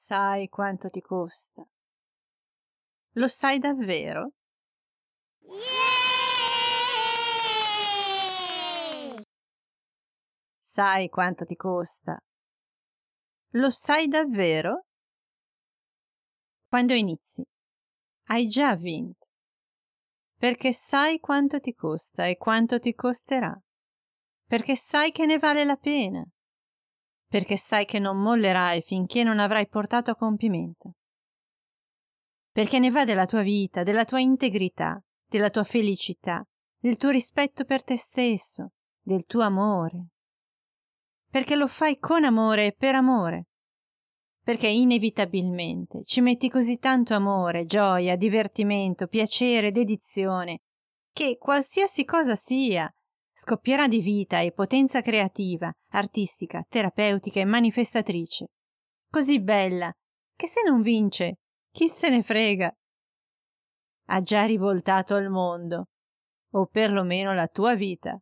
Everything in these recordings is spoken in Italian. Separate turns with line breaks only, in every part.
Sai quanto ti costa? Lo sai davvero? Sai quanto ti costa? Lo sai davvero? Quando inizi, hai già vinto, perché sai quanto ti costa e quanto ti costerà, perché sai che ne vale la pena, perché sai che non mollerai finché non avrai portato a compimento, perché ne va della tua vita, della tua integrità, della tua felicità, del tuo rispetto per te stesso, del tuo amore, perché lo fai con amore e per amore, perché inevitabilmente ci metti così tanto amore, gioia, divertimento, piacere, dedizione, che qualsiasi cosa sia, scoppierà di vita e potenza creativa, artistica, terapeutica e manifestatrice, così bella, che se non vince, chi se ne frega? Ha già rivoltato il mondo, o perlomeno la tua vita.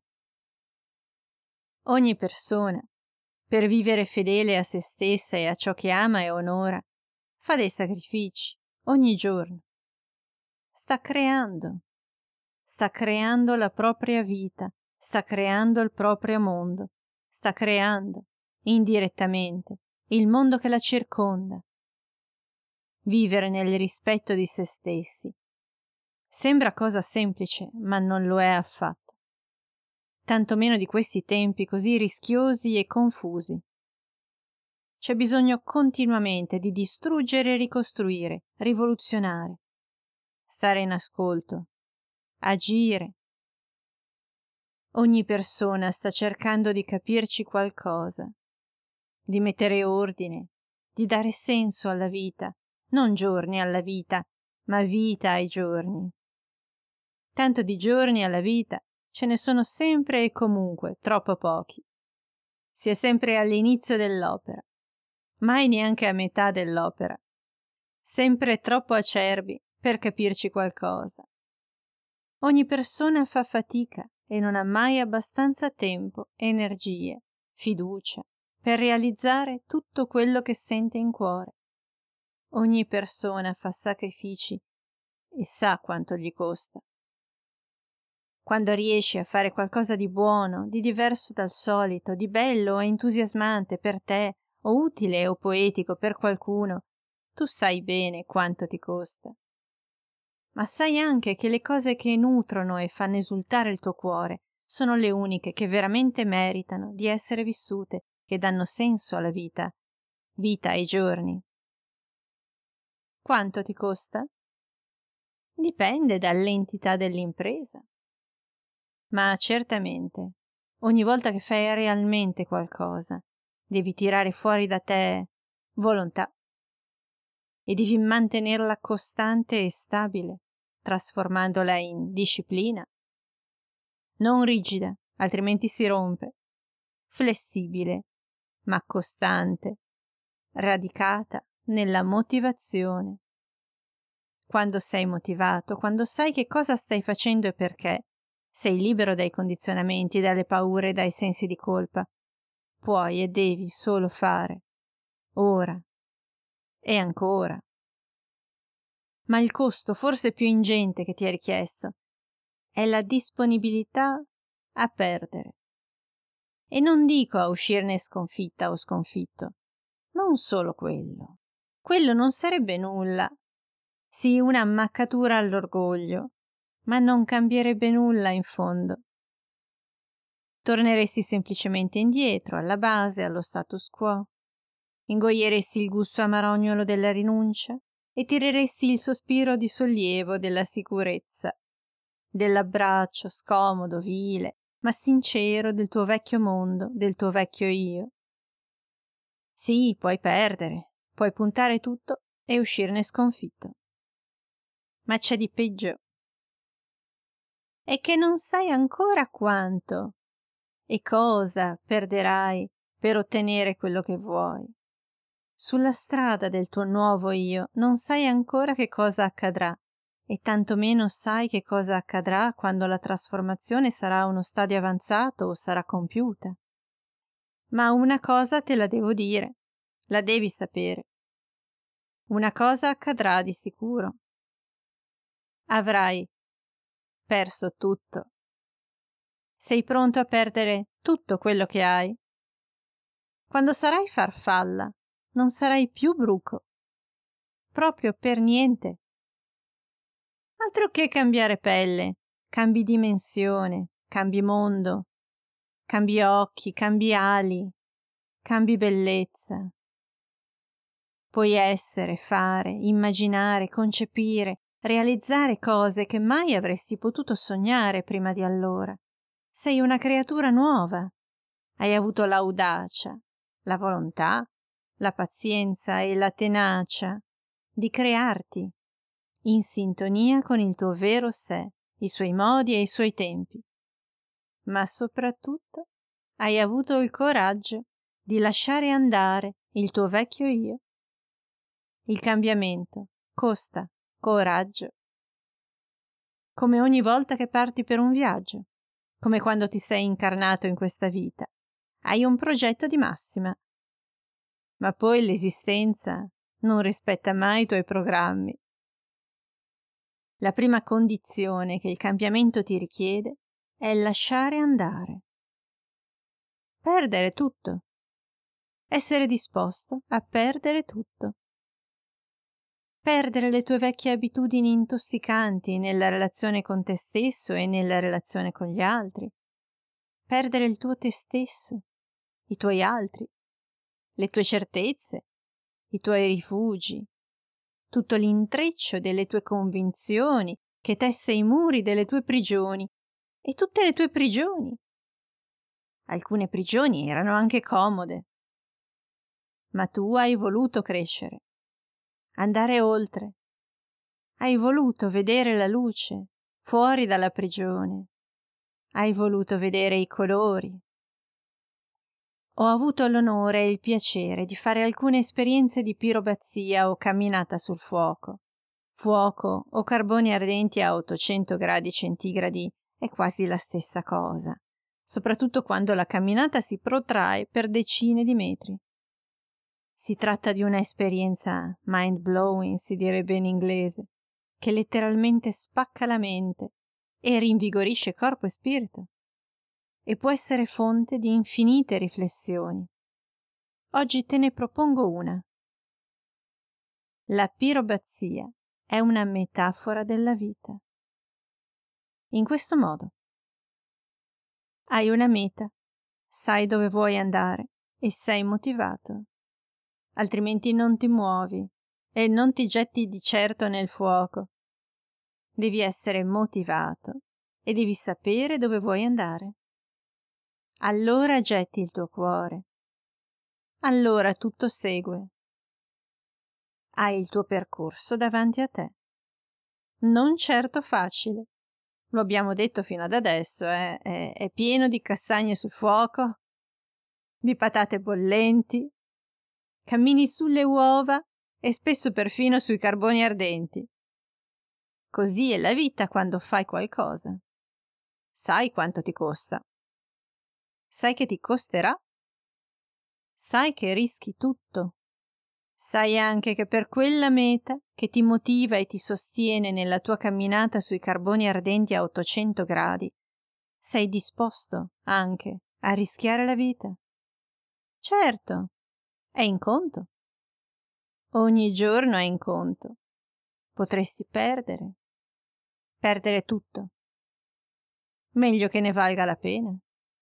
Ogni persona, per vivere fedele a se stessa e a ciò che ama e onora, fa dei sacrifici ogni giorno. Sta creando la propria vita, sta creando il proprio mondo, sta creando, indirettamente, il mondo che la circonda. Vivere nel rispetto di se stessi. Sembra cosa semplice, ma non lo è affatto. Tanto meno di questi tempi così rischiosi e confusi. C'è bisogno continuamente di distruggere e ricostruire, rivoluzionare, stare in ascolto, agire. Ogni persona sta cercando di capirci qualcosa, di mettere ordine, di dare senso alla vita, non giorni alla vita, ma vita ai giorni. Tanto di giorni alla vita ce ne sono sempre e comunque troppo pochi. Si è sempre all'inizio dell'opera, mai neanche a metà dell'opera, sempre troppo acerbi per capirci qualcosa. Ogni persona fa fatica e non ha mai abbastanza tempo, energie, fiducia per realizzare tutto quello che sente in cuore. Ogni persona fa sacrifici e sa quanto gli costa. Quando riesci a fare qualcosa di buono, di diverso dal solito, di bello o entusiasmante per te, o utile o poetico per qualcuno, tu sai bene quanto ti costa. Ma sai anche che le cose che nutrono e fanno esultare il tuo cuore sono le uniche che veramente meritano di essere vissute, che danno senso alla vita, vita ai giorni. Quanto ti costa? Dipende dall'entità dell'impresa. Ma certamente, ogni volta che fai realmente qualcosa, devi tirare fuori da te volontà e devi mantenerla costante e stabile, trasformandola in disciplina. Non rigida, altrimenti si rompe, flessibile, ma costante, radicata nella motivazione. Quando sei motivato, quando sai che cosa stai facendo e perché, sei libero dai condizionamenti, dalle paure, dai sensi di colpa. Puoi e devi solo fare. Ora. E ancora. Ma il costo forse più ingente che ti è richiesto è la disponibilità a perdere. E non dico a uscirne sconfitta o sconfitto. Non solo quello. Quello non sarebbe nulla. Sì, una ammaccatura all'orgoglio, ma non cambierebbe nulla in fondo. Torneresti semplicemente indietro, alla base, allo status quo. Ingoieresti il gusto amarognolo della rinuncia e tireresti il sospiro di sollievo della sicurezza, dell'abbraccio scomodo, vile, ma sincero del tuo vecchio mondo, del tuo vecchio io. Sì, puoi perdere, puoi puntare tutto e uscirne sconfitto. Ma c'è di peggio. È che non sai ancora quanto e cosa perderai per ottenere quello che vuoi. Sulla strada del tuo nuovo io non sai ancora che cosa accadrà e tantomeno sai che cosa accadrà quando la trasformazione sarà a uno stadio avanzato o sarà compiuta. Ma una cosa te la devo dire, la devi sapere. una cosa accadrà di sicuro. Avrai perso tutto. Sei pronto a perdere tutto quello che hai? Quando sarai farfalla, non sarai più bruco. Proprio per niente. Altro che cambiare pelle, cambi dimensione, cambi mondo, cambi occhi, cambi ali, cambi bellezza. Puoi essere, fare, immaginare, concepire, realizzare cose che mai avresti potuto sognare prima di allora. Sei una creatura nuova. Hai avuto l'audacia, la volontà, la pazienza e la tenacia di crearti in sintonia con il tuo vero sé, i suoi modi e i suoi tempi. Ma soprattutto hai avuto il coraggio di lasciare andare il tuo vecchio io. Il cambiamento costa coraggio. Come ogni volta che parti per un viaggio, come quando ti sei incarnato in questa vita. Hai un progetto di massima. Ma poi l'esistenza non rispetta mai i tuoi programmi. La prima condizione che il cambiamento ti richiede è lasciare andare. Perdere tutto. Essere disposto a perdere tutto. Perdere le tue vecchie abitudini intossicanti nella relazione con te stesso e nella relazione con gli altri. Perdere il tuo te stesso, i tuoi altri, le tue certezze, i tuoi rifugi, tutto l'intreccio delle tue convinzioni che tesse i muri delle tue prigioni e tutte le tue prigioni. Alcune prigioni erano anche comode, ma tu hai voluto crescere, andare oltre. Hai voluto vedere la luce fuori dalla prigione. Hai voluto vedere i colori. Ho avuto l'onore e il piacere di fare alcune esperienze di pirobazia o camminata sul fuoco. Fuoco o carboni ardenti a 800 gradi centigradi è quasi la stessa cosa, soprattutto quando la camminata si protrae per decine di metri. Si tratta di una esperienza mind-blowing, si direbbe in inglese, che letteralmente spacca la mente e rinvigorisce corpo e spirito, e può essere fonte di infinite riflessioni. Oggi te ne propongo una. La pirobazia è una metafora della vita. In questo modo. Hai una meta, sai dove vuoi andare e sei motivato. Altrimenti non ti muovi e non ti getti di certo nel fuoco. Devi essere motivato e devi sapere dove vuoi andare. Allora getti il tuo cuore. Allora tutto segue. Hai il tuo percorso davanti a te. Non certo facile. Lo abbiamo detto fino ad adesso, è pieno di castagne sul fuoco, di patate bollenti, cammini sulle uova e spesso perfino sui carboni ardenti. Così è la vita quando fai qualcosa. Sai quanto ti costa. Sai che ti costerà. Sai che rischi tutto. Sai anche che per quella meta che ti motiva e ti sostiene nella tua camminata sui carboni ardenti a 800 gradi, sei disposto anche a rischiare la vita. Certo, è in conto. Ogni giorno è in conto. Potresti perdere tutto. Meglio che ne valga la pena.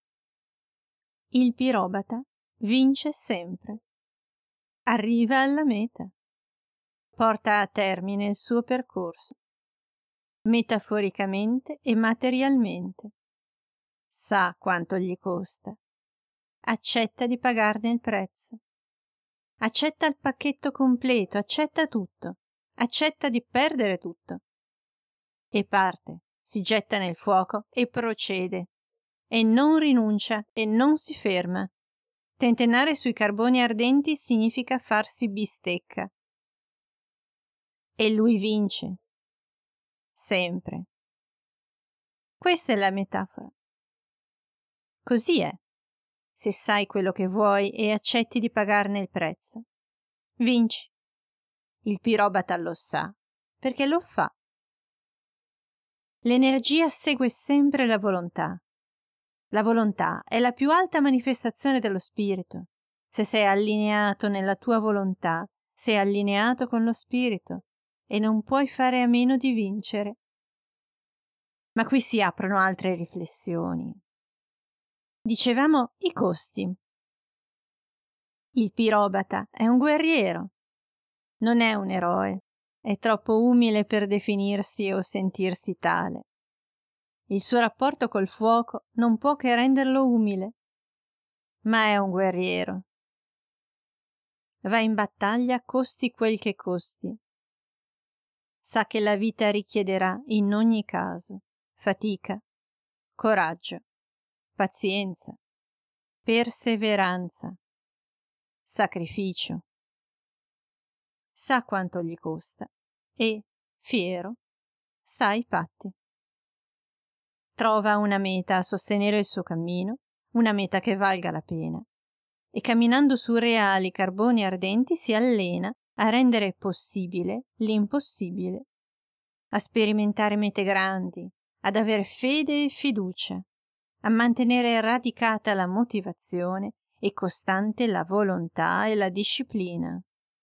Il pirobata vince sempre. Arriva alla meta. Porta a termine il suo percorso, metaforicamente e materialmente. Sa quanto gli costa. Accetta di pagarne il prezzo. Accetta il pacchetto completo, accetta tutto. Accetta di perdere tutto. E parte, si getta nel fuoco e procede. E non rinuncia e non si ferma. Tentennare sui carboni ardenti significa farsi bistecca. E lui vince. Sempre. Questa è la metafora. Così è, se sai quello che vuoi e accetti di pagarne il prezzo. Vinci. Il pirobata lo sa, perché lo fa. L'energia segue sempre la volontà. La volontà è la più alta manifestazione dello spirito. Se sei allineato nella tua volontà, sei allineato con lo spirito e non puoi fare a meno di vincere. Ma qui si aprono altre riflessioni. Dicevamo i costi. Il pirobata è un guerriero, non è un eroe, è troppo umile per definirsi o sentirsi tale. Il suo rapporto col fuoco non può che renderlo umile, ma è un guerriero. Va in battaglia costi quel che costi. Sa che la vita richiederà in ogni caso fatica, coraggio, pazienza, perseveranza, sacrificio. Sa quanto gli costa e, fiero, sta ai patti. Trova una meta a sostenere il suo cammino, una meta che valga la pena, e camminando su reali carboni ardenti si allena a rendere possibile l'impossibile, a sperimentare mete grandi, ad avere fede e fiducia, a mantenere radicata la motivazione e costante la volontà e la disciplina.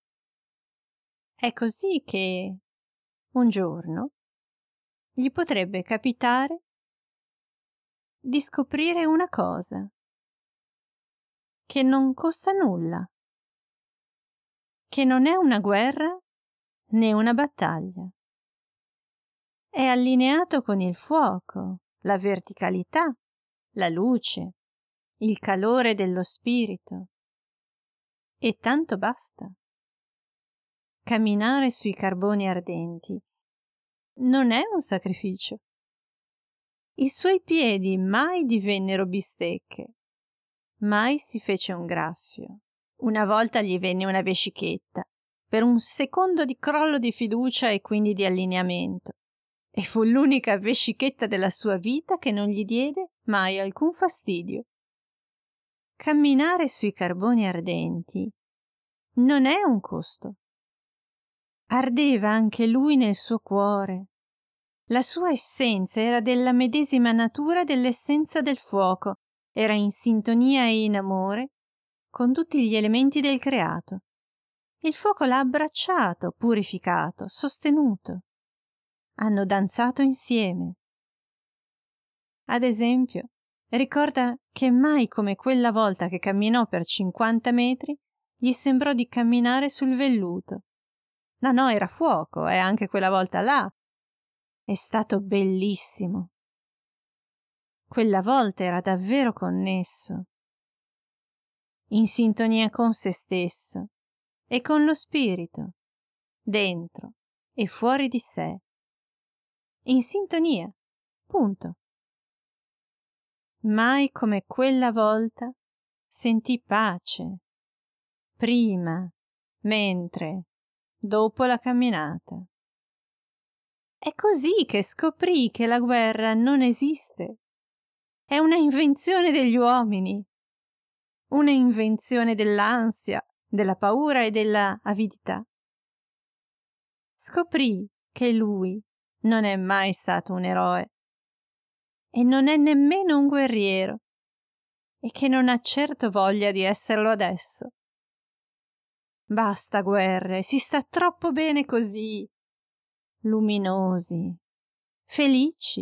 È così che, un giorno, gli potrebbe capitare di scoprire una cosa, che non costa nulla, che non è una guerra né una battaglia. È allineato con il fuoco, la verticalità, la luce, il calore dello spirito. E tanto basta. Camminare sui carboni ardenti non è un sacrificio. I suoi piedi mai divennero bistecche, mai si fece un graffio. Una volta gli venne una vescichetta, per un secondo di crollo di fiducia e quindi di allineamento, e fu l'unica vescichetta della sua vita che non gli diede mai alcun fastidio. Camminare sui carboni ardenti non è un costo. Ardeva anche lui nel suo cuore. La sua essenza era della medesima natura dell'essenza del fuoco, era in sintonia e in amore con tutti gli elementi del creato. Il fuoco l'ha abbracciato, purificato, sostenuto. Hanno danzato insieme. Ad esempio, ricorda che mai come quella volta che camminò per 50 metri gli sembrò di camminare sul velluto. No, era fuoco, e anche quella volta là. È stato bellissimo. Quella volta era davvero connesso, in sintonia con se stesso e con lo spirito, dentro e fuori di sé. In sintonia, punto. Mai come quella volta sentì pace, prima, mentre, dopo la camminata. È così che scoprì che la guerra non esiste. È una invenzione degli uomini, una invenzione dell'ansia, della paura e della avidità. Scoprì che lui non è mai stato un eroe e non è nemmeno un guerriero e che non ha certo voglia di esserlo adesso. Basta guerre, si sta troppo bene così, luminosi, felici.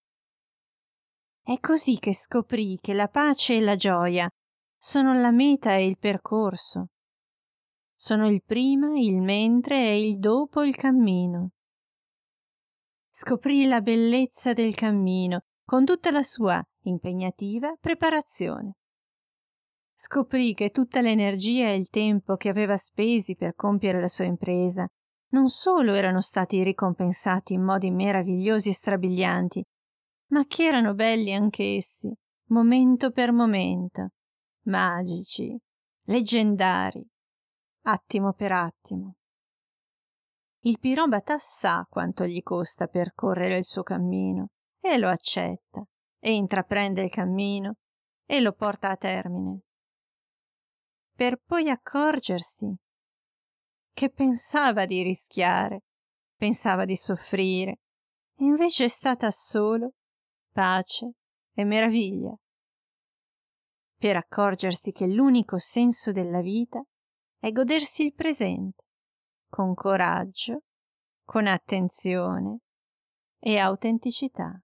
È così che scoprì che la pace e la gioia sono la meta e il percorso, sono il prima, il mentre e il dopo il cammino. Scoprì la bellezza del cammino con tutta la sua impegnativa preparazione. Scoprì che tutta l'energia e il tempo che aveva spesi per compiere la sua impresa non solo erano stati ricompensati in modi meravigliosi e strabilianti, ma che erano belli anch'essi, momento per momento, magici, leggendari, attimo per attimo. Il pirobata sa quanto gli costa percorrere il suo cammino e lo accetta, e intraprende il cammino e lo porta a termine, per poi accorgersi che pensava di rischiare, pensava di soffrire, e invece è stata solo pace e meraviglia, per accorgersi che l'unico senso della vita è godersi il presente, con coraggio, con attenzione e autenticità.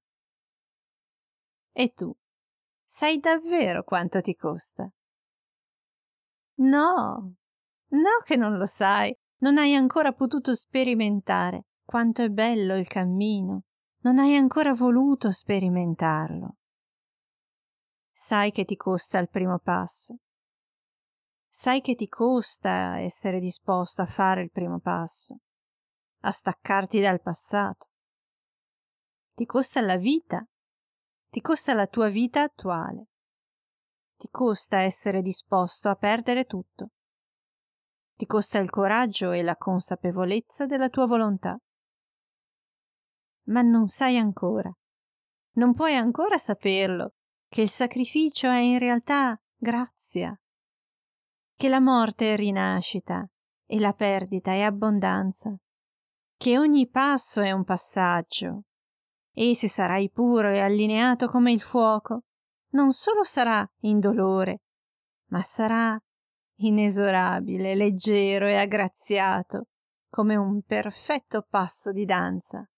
E tu, sai davvero quanto ti costa? No, no che non lo sai, non hai ancora potuto sperimentare quanto è bello il cammino, non hai ancora voluto sperimentarlo. Sai che ti costa il primo passo, sai che ti costa essere disposto a fare il primo passo, a staccarti dal passato. Ti costa la vita, ti costa la tua vita attuale, ti costa essere disposto a perdere tutto, ti costa il coraggio e la consapevolezza della tua volontà. Ma non sai ancora, non puoi ancora saperlo, che il sacrificio è in realtà grazia, che la morte è rinascita e la perdita è abbondanza, che ogni passo è un passaggio, e se sarai puro e allineato come il fuoco, non solo sarà indolore, ma sarà inesorabile, leggero e aggraziato, come un perfetto passo di danza.